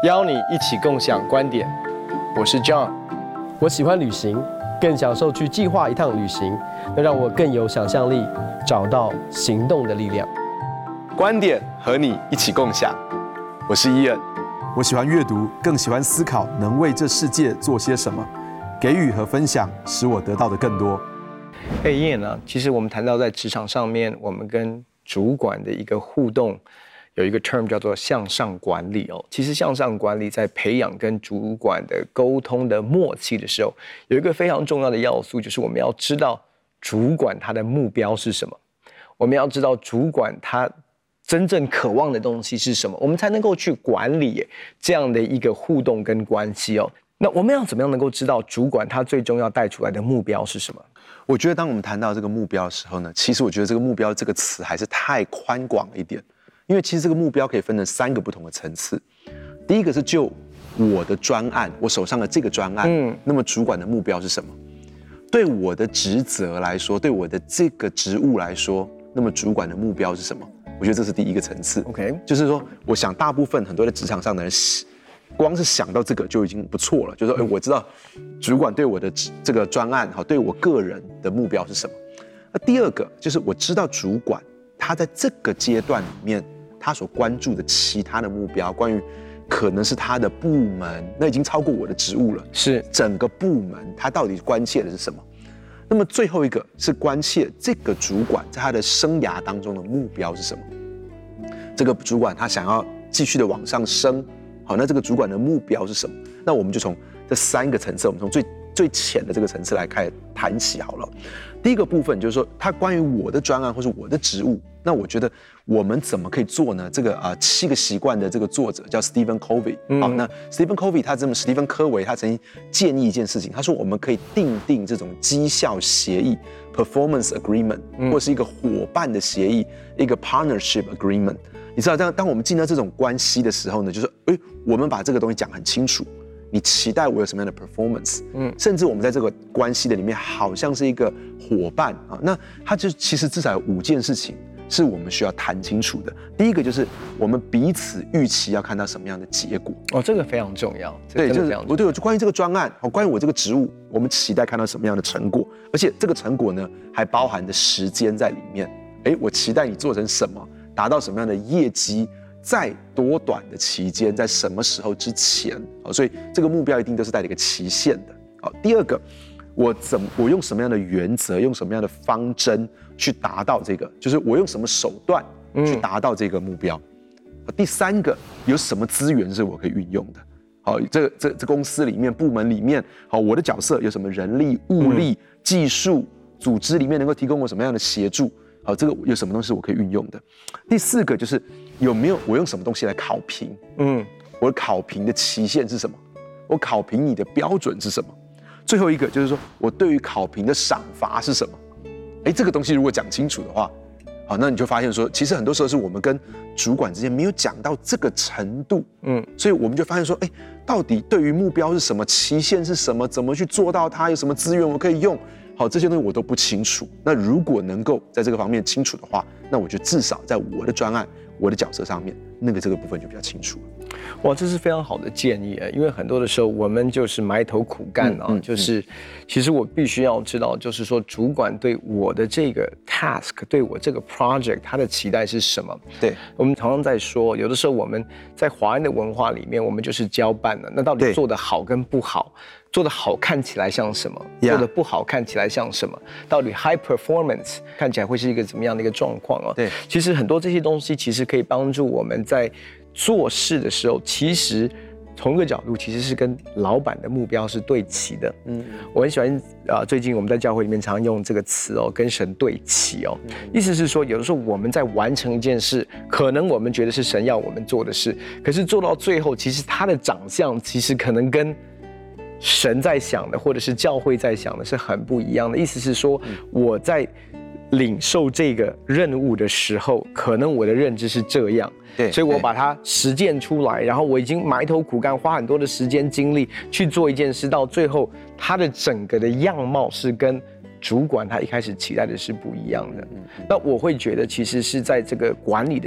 邀你一起共享观点。我是 John， 我喜欢旅行，更享受去计划一趟旅行，能让我更有想象力，找到行动的力量。 观点和你一起共享。我是伊恩， 我喜欢阅读，更喜欢思考能为这世界做些什么。给予和分享，使我得到的更多。 伊恩呢？其实我们谈到在职场上面，我们跟主管的一个互动，有一个 term 叫做向上管理哦。其实向上管理在培养跟主管的沟通的默契的时候，有一个非常重要的要素，就是我们要知道主管他的目标是什么，我们要知道主管他真正渴望的东西是什么，我们才能够去管理这样的一个互动跟关系哦。那我们要怎么样能够知道主管他最终要带出来的目标是什么？ 我觉得当我们谈到这个目标的时候呢，其实我觉得这个目标这个词还是太宽广了一点，因为其实这个目标可以分成3个不同的层次。第一个是就我的专案，我手上的这个专案，那么主管的目标是什么？对我的职责来说，对我的这个职务来说，那么主管的目标是什么？我觉得这是第一个层次。 OK， 就是说，我想大部分很多在职场上的人，光是想到这个就已经不错了。就是说，我知道主管对我的这个专案，对我个人的目标是什么。那第二个就是我知道主管他在这个阶段里面，他所关注的其他的目标，关于可能是他的部门，那已经超过我的职务了。 是整个部门他到底关切的是什么？那么最后一个是关切这个主管在他的生涯当中的目标是什么？这个主管他想要继续的往上升，好，那这个主管的目标是什么？那我们就从这3个层次，我们从最浅的这个层次来开始谈起好了。第一个部分就是说，他关于我的专案或是我的职务，那我觉得我们怎么可以做呢？这个7个习惯的这个作者叫 Stephen Covey，好，那 Stephen Covey 史蒂芬科维他曾经建议一件事情，他说我们可以订这种绩效协议 （performance agreement） 或是一个伙伴的协议，一个 partnership agreement。你知道，当我们进到这种关系的时候呢，就是我们把这个东西讲很清楚，你期待我有什么样的 performance，甚至我们在这个关系的里面好像是一个伙伴啊，那它就其实至少有5件事情是我们需要谈清楚的。第一个就是我们彼此预期要看到什么样的结果哦，这个非常重要。 对，就是就关于这个专案，关于我这个职务，我们期待看到什么样的成果，而且这个成果呢还包含着时间在里面。我期待你做成什么，达到什么样的业绩，在多短的期间，在什么时候之前，所以这个目标一定都是带着一个期限的。第二个，我用什么样的原则，用什么样的方针去达到这个，就是我用什么手段去达到这个目标。第3个，有什么资源是我可以运用的？好，这公司里面、部门里面，好，我的角色有什么人力、物力、技术、组织里面能够提供我什么样的协助？好，这个有什么东西是我可以运用的？第4个就是有没有我用什么东西来考评？我考评的期限是什么？我考评你的标准是什么？最后一个就是说我对于考评的赏罚是什么？这个东西如果讲清楚的话，好，那你就发现说，其实很多时候是我们跟主管之间没有讲到这个程度，所以我们就发现说，到底对于目标是什么，期限是什么，怎么去做到它，有什么资源我可以用？好，这些东西我都不清楚。那如果能够在这个方面清楚的话，那我觉得至少在我的专案、我的角色上面，这个部分就比较清楚了。 哇，这是非常好的建议因为很多的时候我们就是埋头苦干就是其实我必须要知道，就是说主管对我的这个 task， 对我这个 project， 他的期待是什么？ 对， 我们常常在说，有的时候我们在华人的文化里面，我们就是交办了，那到底做得好跟不好？做得好看起来像什么？做得不好看起来像什么？到底 high performance 看起来会是一个怎么样的一个状况对， 其实很多这些东西其实可以帮助我们在做事的时候，其实从一个角度其实是跟老板的目标是对齐的。我很喜欢最近我们在教会里面常用这个词跟神对齐意思是说，有的时候我们在完成一件事，可能我们觉得是神要我们做的事，可是做到最后，其实它的长相其实可能跟神在想的，或者是教会在想的是很不一样的。意思是说，我在领受这个任务的时候，可能我的认知是这样， 对， 所以我把它实践出来，然后我已经埋头苦干，花很多的时间精力去做一件事，到最后它的整个的样貌是跟主管他一开始期待的是不一样的。那我会觉得，其实是在这个管理的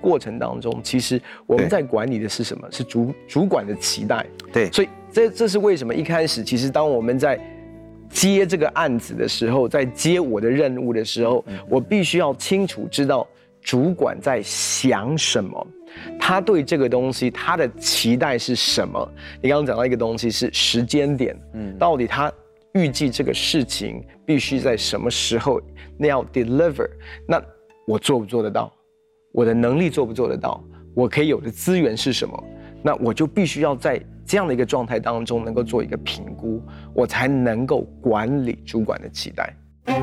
过程当中，其实我们在管理的是什么？是主管的期待。 对， 所以这是为什么一开始，其实当我们在接这个案子的时候，在接我的任务的时候，我必须要清楚知道主管在想什么，他对这个东西他的期待是什么。你刚刚讲到一个东西是时间点，到底他预计这个事情必须在什么时候要 deliver， 那我做不做得到？我的能力做不做得到？我可以有的资源是什么？那我就必须要在这样的一个状态当中能够做一个评估，我才能够管理主管的期待。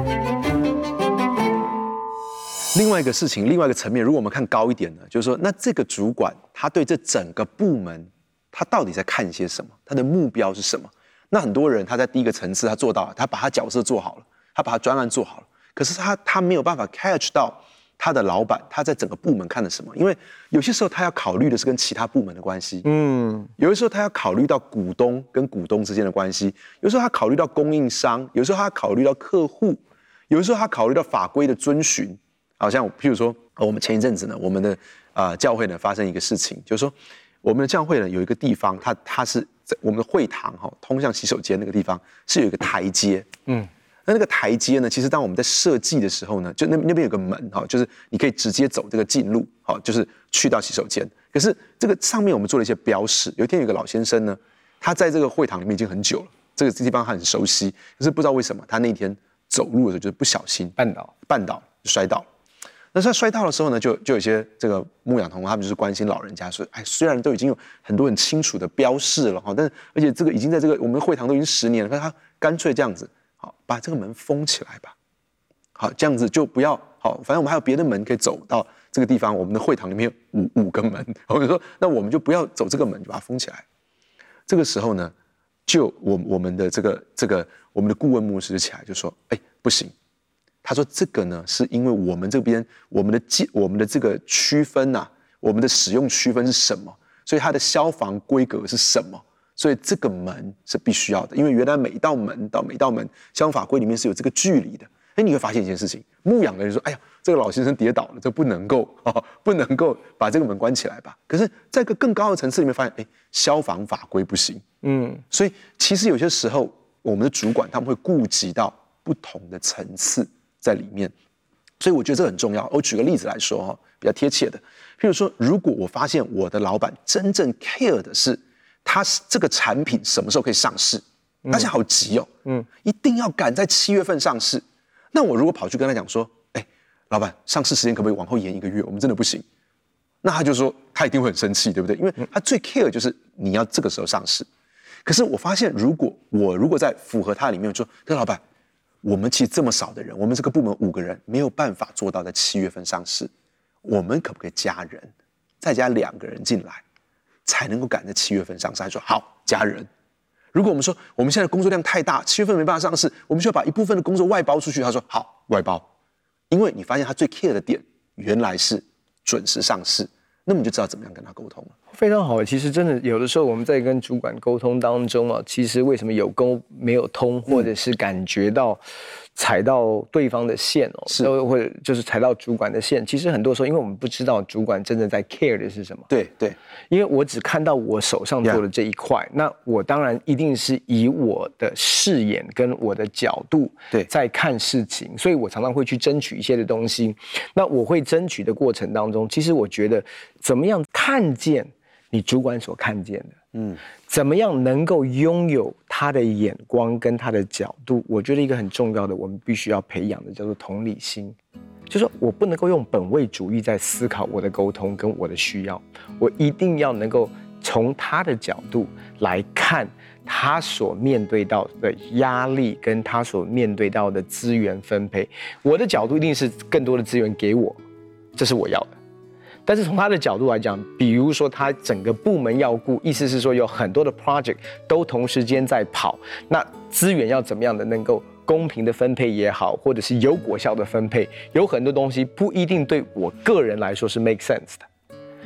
另外一个事情，另外一个层面，如果我们看高一点呢，就是说，那这个主管他对这整个部门，他到底在看些什么？他的目标是什么？那很多人他在第一个层次他做到了，他把他角色做好了，他把他专案做好了，可是他没有办法 catch 到他的老板他在整个部门看的什么？因为有些时候他要考虑的是跟其他部门的关系，有的时候他要考虑到股东跟股东之间的关系，有时候他考虑到供应商，有时候他考虑到客户，有的时候他考虑到法规的遵循。好像譬如说，我们前一阵子呢，我们的教会呢发生一个事情，就是说我们的教会呢有一个地方，它是在我们的会堂通向洗手间那个地方是有一个台阶，那个台阶呢，其实当我们在设计的时候呢，就那边有个门就是你可以直接走这个近路，就是去到洗手间。可是这个上面我们做了一些标示。有一天有个老先生呢，他在这个会堂里面已经很久了，这个地方他很熟悉，可是不知道为什么他那天走路的时候就是不小心绊倒摔倒了。那他摔倒的时候呢，就有些这个牧养同工他们就是关心老人家说，虽然都已经有很多很清楚的标示了但是而且这个已经在这个我们的会堂都已经10年了，可是他干脆这样子，把这个门封起来吧，好，这样子就不要反正我们还有别的门可以走到这个地方，我们的会堂里面有五个门，我就说那我们就不要走这个门，就把它封起来。这个时候呢，就我们的这个我们的顾问牧师就起来就说，不行。他说：“这个呢，是因为我们这边我们的这个区分我们的使用区分是什么？所以它的消防规格是什么？所以这个门是必须要的。因为原来每一道门到每一道门，消防法规里面是有这个距离的。你会发现一件事情，牧养的人说：‘哎呀，这个老先生跌倒了，这不能够把这个门关起来吧？’可是，在一个更高的层次里面发现，消防法规不行。所以其实有些时候，我们的主管他们会顾及到不同的层次。”在里面，所以我觉得这很重要。我举个例子来说比较贴切的，譬如说，如果我发现我的老板真正 care 的是他这个产品什么时候可以上市，而且好急一定要赶在7月份上市。那我如果跑去跟他讲说，老板，上市时间可不可以往后延1个月？我们真的不行。那他就说他一定会很生气，对不对？因为他最 care 就是你要这个时候上市。可是我发现，如果在符合他里面说，老板。我们其实这么少的人，我们这个部门5个人没有办法做到在7月份上市，我们可不可以加人，再加2个人进来，才能够赶在7月份上市？他说好，加人。如果我们说我们现在工作量太大，7月份没办法上市，我们需要把一部分的工作外包出去。他说好，外包。因为你发现他最 care 的点原来是准时上市，那么你就知道怎么样跟他沟通了。 非常好，其实真的有的时候我们在跟主管沟通当中其实为什么有沟没有通，或者是感觉到踩到对方的线或者就是踩到主管的线，其实很多时候因为我们不知道主管真正在 care 的是什么。 对， 因为我只看到我手上做的这一块，那我当然一定是以我的视野跟我的角度在看事情，所以我常常会去争取一些的东西。那我会争取的过程当中，其实我觉得怎么样看见你主管所看见的，怎么样能够拥有他的眼光跟他的角度？我觉得一个很重要的，我们必须要培养的叫做同理心，就是说我不能够用本位主义在思考我的沟通跟我的需要，我一定要能够从他的角度来看他所面对到的压力跟他所面对到的资源分配。我的角度一定是更多的资源给我，这是我要的。但是从他的角度来讲，比如说他整个部门要顾，意思是说有很多的 project 都同时间在跑，那资源要怎么样的能够公平的分配也好，或者是有果效的分配，有很多东西不一定对我个人来说是 make sense 的。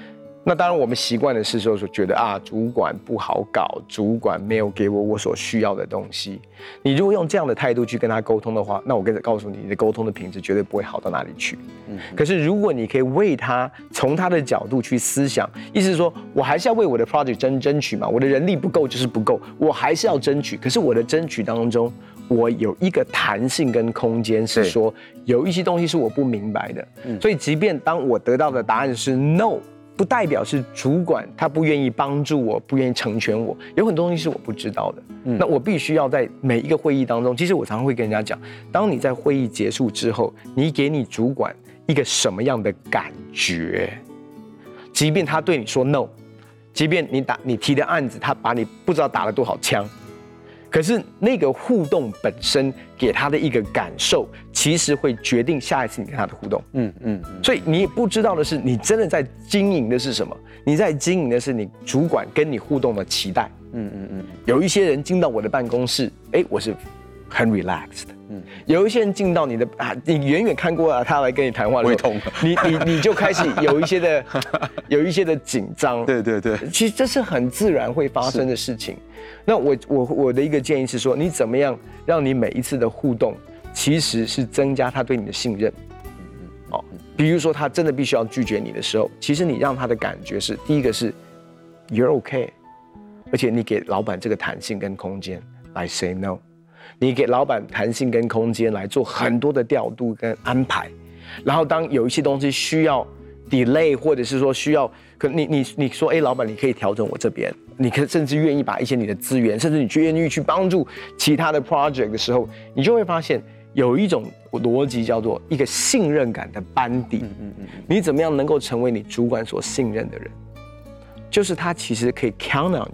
那当然，我们习惯的是说觉得啊，主管不好搞，主管没有给我所需要的东西。你如果用这样的态度去跟他沟通的话，那我告诉你，你的沟通的品质绝对不会好到哪里去。可是如果你可以为他从他的角度去思想，意思是说我还是要为我的 project 争取嘛，我的人力不够就是不够，我还是要争取。可是我的争取当中，我有一个弹性跟空间，是说有一些东西是我不明白的。所以即便当我得到的答案是 no。不代表是主管他不愿意帮助我，不愿意成全我，有很多东西是我不知道的。那我必须要在每一个会议当中，其实我常常会跟人家讲，当你在会议结束之后，你给你主管一个什么样的感觉，即便他对你说 no， 即便你提的案子他把你不知道打了多少枪，可是那个互动本身给他的一个感受，其实会决定下一次你跟他的互动。所以你不知道的是，你真的在经营的是什么？你在经营的是你主管跟你互动的期待。有一些人进到我的办公室，我是很 relaxed 的。有一些人进到你的你远远看过他来跟你谈话的时候，你就开始有一些的紧张。对，其实这是很自然会发生的事情。那我的一个建议是说，你怎么样让你每一次的互动其实是增加他对你的信任。比如说他真的必须要拒绝你的时候，其实你让他的感觉是，第一个是 you're okay， 而且你给老板这个弹性跟空间来 say no， 你给老板弹性跟空间来做很多的调度跟安排，然后当有一些东西需要 delay， 或者是说需要，可你说老板你可以调整我这边，你可甚至愿意把一些你的资源，甚至你愿意去帮助其他的 project 的时候，你就会发现有一种逻辑叫做一个信任感的班底。你怎么样能够成为你主管所信任的人？就是他其实可以 count on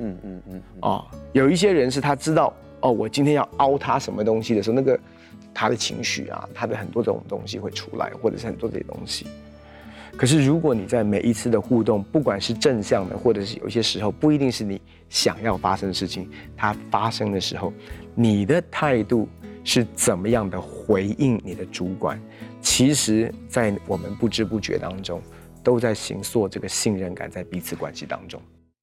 you。有一些人是他知道我今天要凹他什么东西的时候，那个他的情绪啊，他的很多这种东西会出来，或者是很多这些东西。可是如果你在每一次的互动，不管是正向的，或者是有一些时候不一定是你想要发生的事情，它发生的时候，你的态度是怎么样的回应你的主管，其实在我们不知不觉当中都在形塑这个信任感在彼此关系当中。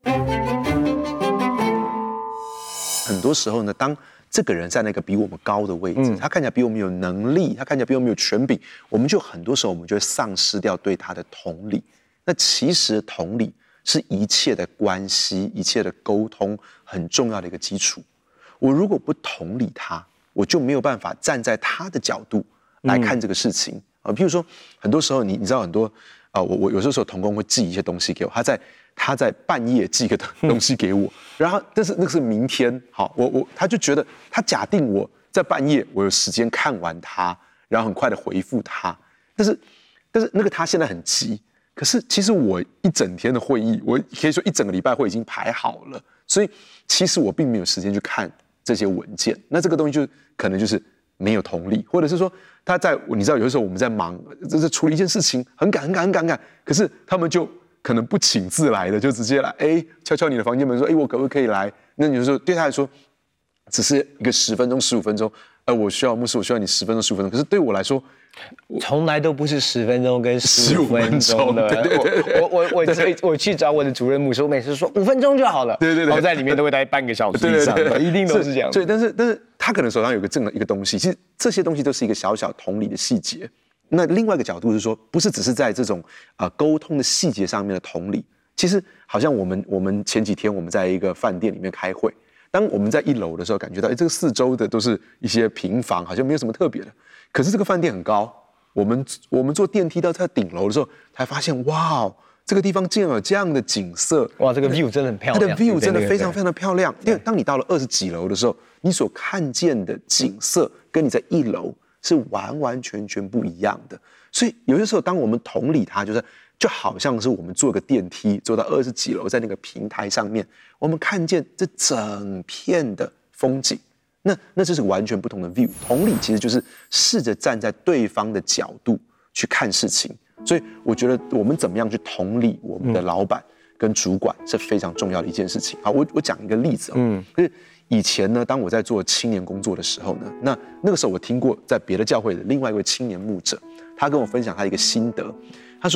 很多时候呢，当这个人在那个比我们高的位置，他看起来比我们有能力，他看起来比我们有权柄，我们就很多时候我们就会丧失掉对他的同理。那其实同理是一切的关系、一切的沟通很重要的一个基础。我如果不同理他，我就没有办法站在他的角度来看这个事情譬如说，很多时候你知道很多我有时候同工会寄一些东西给我，他在半夜寄个东西给我，然后但是那个是明天，好，他就觉得他假定我在半夜我有时间看完它，然后很快的回复他，但是那个他现在很急，可是其实我一整天的会议，我可以说一整个礼拜会已经排好了，所以其实我并没有时间去看这些文件，那这个东西就可能就是没有同理，或者是说你知道有的时候我们在忙，就是处理一件事情很赶，可是他们就可能不请自来的，就直接来敲敲你的房间门说我可不可以来？那你就说对他来说只是一个10分钟15分钟，我需要牧师，我需要你10分钟15分钟，可是对我来说从来都不是10分钟跟15分钟的。我去找我的主任牧师，我每次说5分钟就好了，对，然后在里面都会待半个小时以上，一定都是这样。 对，但是他可能手上有一个东西，其实这些东西都是一个小小同理的细节。那另外一个角度是说，不是只是在这种沟通的细节上面的同理，其实好像我们前几天我们在一个饭店里面开会，当我们在1楼的时候，感觉到这个4周的都是一些平房，好像没有什么特别的。可是这个饭店很高，我们坐电梯到它顶楼的时候，才发现哇，这个地方竟然有这样的景色， 哇，这个 view 真的很漂亮， 它的 view 真的非常非常的漂亮。因为当你到了20几楼的时候，你所看见的景色跟你在1楼是完完全全不一样的。所以有些时候，当我们同理它，就好像是我们坐个电梯坐到20几楼，在那个平台上面，我们看见这整片的风景。那这是完全不同的 view。同理其实就是试着站在对方的角度去看事情。所以我觉得我们怎么样去同理我们的老板跟主管是非常重要的一件事情。好，我讲一个例子就是以前呢，当我在做青年工作的时候呢，那个时候我听过在别的教会的另外一位青年牧者，他跟我分享他一个心得。他说，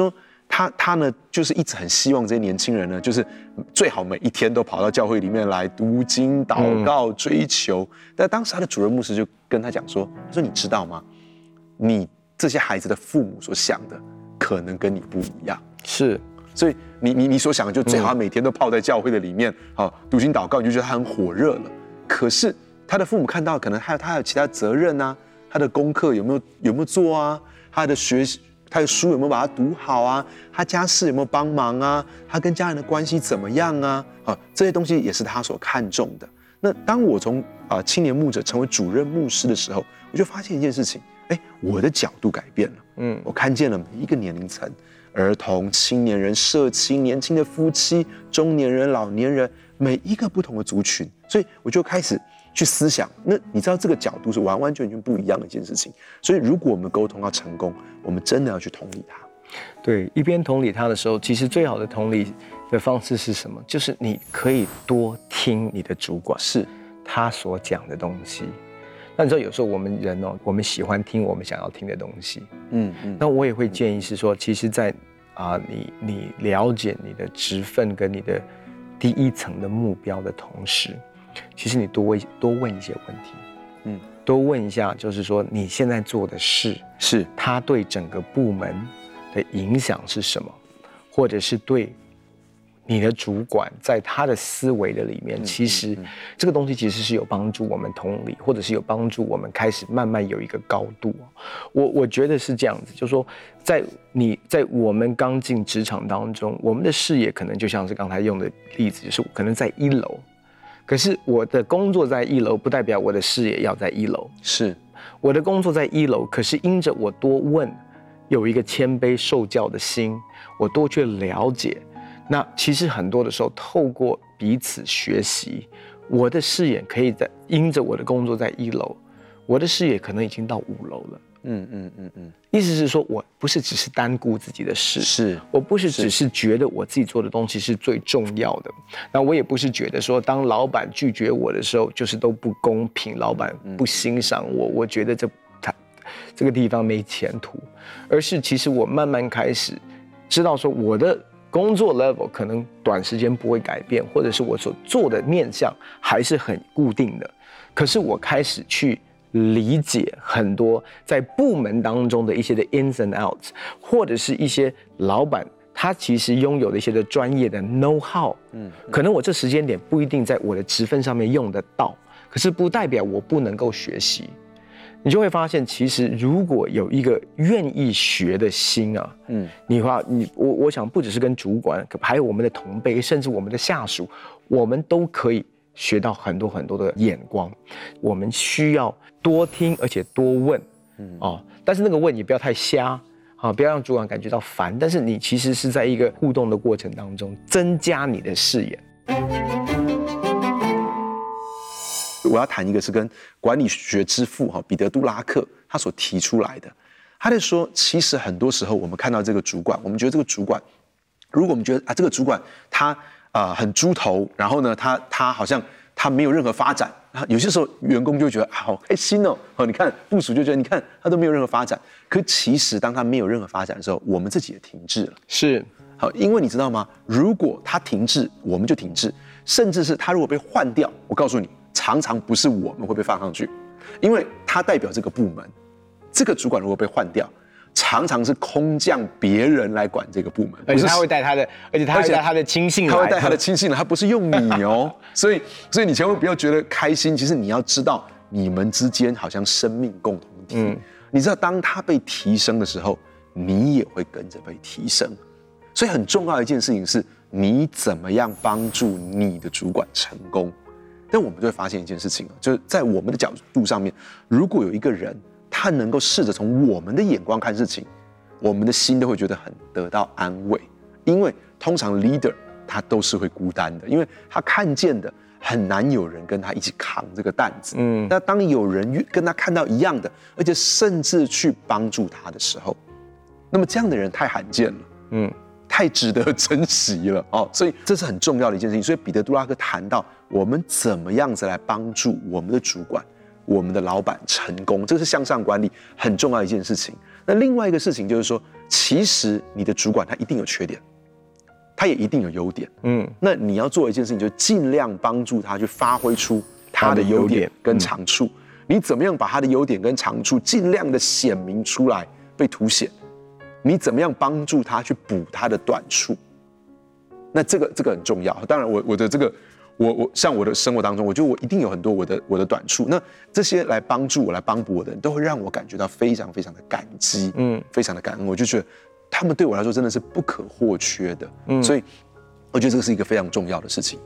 他呢，就是一直很希望这些年轻人呢，就是最好每一天都跑到教会里面来读经、祷告、追求。但当时他的主任牧师就跟他讲说：“他说你知道吗？你这些孩子的父母所想的，可能跟你不一样。 是， 所以你所想的，就最好每天都泡在教会的里面，读经祷告，你就觉得他很火热了。可是他的父母看到，可能他有其他责任啊，他的功课有没有做啊？他的书有没有把它读好啊？他家事有没有帮忙啊？他跟家人的关系怎么样啊？这些东西也是他所看重的。那当我从青年牧者成为主任牧师的时候，我就发现一件事情，我的角度改变了。我看见了每一个年龄层，儿童、青年人、社青、年轻的夫妻、中年人、老年人，每一个不同的族群，所以我就开始去思想，那你知道这个角度是完完全全不一样的一件事情。所以如果我们沟通要成功，我们真的要去同理他。 对，一边同理他的时候，其实最好的同理的方式是什么？就是你可以多听你的主管是他所讲的东西。那你知道有时候我们人我们喜欢听我们想要听的东西。那我也会建议是说，其实在你了解你的职分跟你的第一层的目标的同时，其实你多问一些问题，多问一下，就是说你现在做的事是它对整个部门的影响是什么，或者是对你的主管在他的思维的里面，其实这个东西其实是有帮助我们同理，或者是有帮助我们开始慢慢有一个高度。我觉得是这样子，就是说在我们刚进职场当中，我们的视野可能就像是刚才用的例子，就是可能在1楼。可是我的工作在1楼，不代表我的视野要在1楼。是我的工作在1楼，可是因着我多问，有一个谦卑受教的心，我多去了解。那其实很多的时候，透过彼此学习，我的视野可以因着我的工作在1楼，我的视野可能已经到5楼了。意思是说，我不是只是单顾自己的事，我不是只是觉得我自己做的东西是最重要的，那我也不是觉得说，当老板拒绝我的时候，就是都不公平，老板不欣赏我，我觉得这个地方没前途，而是其实我慢慢开始知道说，我的工作 level 可能短时间不会改变，或者是我所做的面向还是很固定的，可是我开始去理解很多在部门当中的一些的 ins and outs， 或者是一些老板他其实拥有的一些的专业的 know how， 可能我这时间点不一定在我的职分上面用得到，可是不代表我不能够学习。你就会发现，其实如果有一个愿意学的心啊，我想不只是跟主管，还有我们的同辈，甚至我们的下属，我们都可以学到很多很多的眼光。我们需要多听，而且多问，但是那个问也不要太瞎，不要让主管感觉到烦。但是你其实是在一个互动的过程当中，增加你的视野。 我要谈一个是跟管理学之父彼得·杜拉克他所提出来的。他在说，其实很多时候我们看到这个主管，我们觉得这个主管，如果我们觉得这个主管他很猪头，然后呢他好像他没有任何发展，有些时候员工就会觉得好开心哦，你看部属就觉得你看他都没有任何发展，可其实当他没有任何发展的时候，我们自己也停滞了。是好，因为你知道吗？如果他停滞，我们就停滞，甚至是他如果被换掉，我告诉你，常常不是我们会被放上去，因为他代表这个部门。这个主管如果被换掉，常常是空降别人来管这个部门， 而且他会带他的亲信来， 他会带他的亲信来，他不是用你哦。所以你千万不要觉得开心，其实你要知道，你们之间好像生命共同体。你知道，当他被提升的时候，你也会跟着被提升。所以很重要的一件事情是，你怎么样帮助你的主管成功。但我们就会发现一件事情，就是在我们的角度上面，如果有一个人他能够试着从我们的眼光看事情，我们的心都会觉得很得到安慰。因为通常 leader 他都是会孤单的，因为他看见的很难有人跟他一起扛这个担子。那当有人跟他看到一样的，而且甚至去帮助他的时候，那么这样的人太罕见了。太值得珍惜了哦，所以这是很重要的一件事情。所以彼得·杜拉克谈到，我们怎么样子来帮助我们的主管， 我们的老板成功，这是向上管理很重要的一件事情。那另外一个事情就是说，其实你的主管他一定有缺点，他也一定有优点。那你要做一件事情，就尽量帮助他去发挥出他的优点跟长处。你怎么样把他的优点跟长处尽量的显明出来，被凸显？你怎么样帮助他去补他的短处？那这个很重要。当然我的这个。我像我的生活当中，我觉得我一定有很多我的短处。那这些来帮助我、来帮补我的人，都会让我感觉到非常非常的感激，非常的感恩。我就觉得他们对我来说真的是不可或缺的，所以我觉得这个是一个非常重要的事情。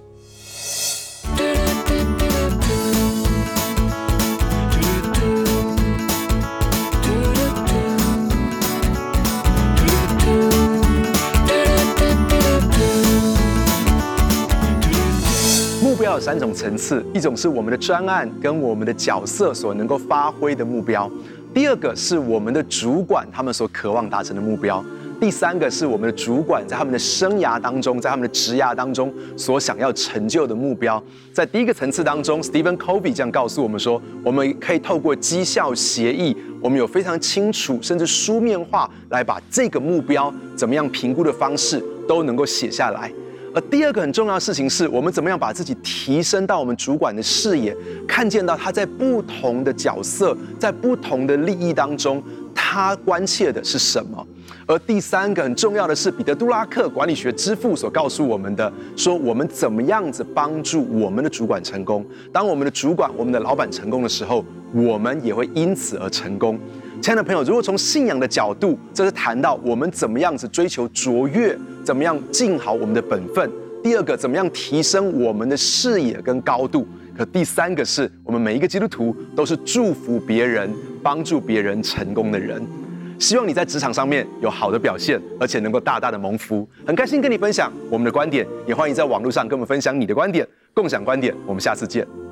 目标有3种层次，一种是我们的专案跟我们的角色所能够发挥的目标，第二个是我们的主管他们所渴望达成的目标，第三个是我们的主管在他们的生涯当中，在他们的职涯当中所想要成就的目标。在第一个层次当中 ，Stephen Covey 这样告诉我们说，我们可以透过绩效协议，我们有非常清楚甚至书面化来把这个目标怎么样评估的方式都能够写下来。而第二个很重要的事情是，我们怎么样把自己提升到我们主管的视野，看见到他在不同的角色，在不同的利益当中，他关切的是什么。而第三个很重要的是，彼得·杜拉克管理学之父所告诉我们的，说我们怎么样子帮助我们的主管成功。当我们的主管、我们的老板成功的时候，我们也会因此而成功。亲爱的朋友，如果从信仰的角度，这是谈到我们怎么样子追求卓越，怎么样尽好我们的本分。第二个，怎么样提升我们的视野跟高度。可第三个是我们每一个基督徒都是祝福别人、帮助别人成功的人。希望你在职场上面有好的表现，而且能够大大的蒙福。很开心跟你分享我们的观点，也欢迎在网络上跟我们分享你的观点，共享观点。我们下次见。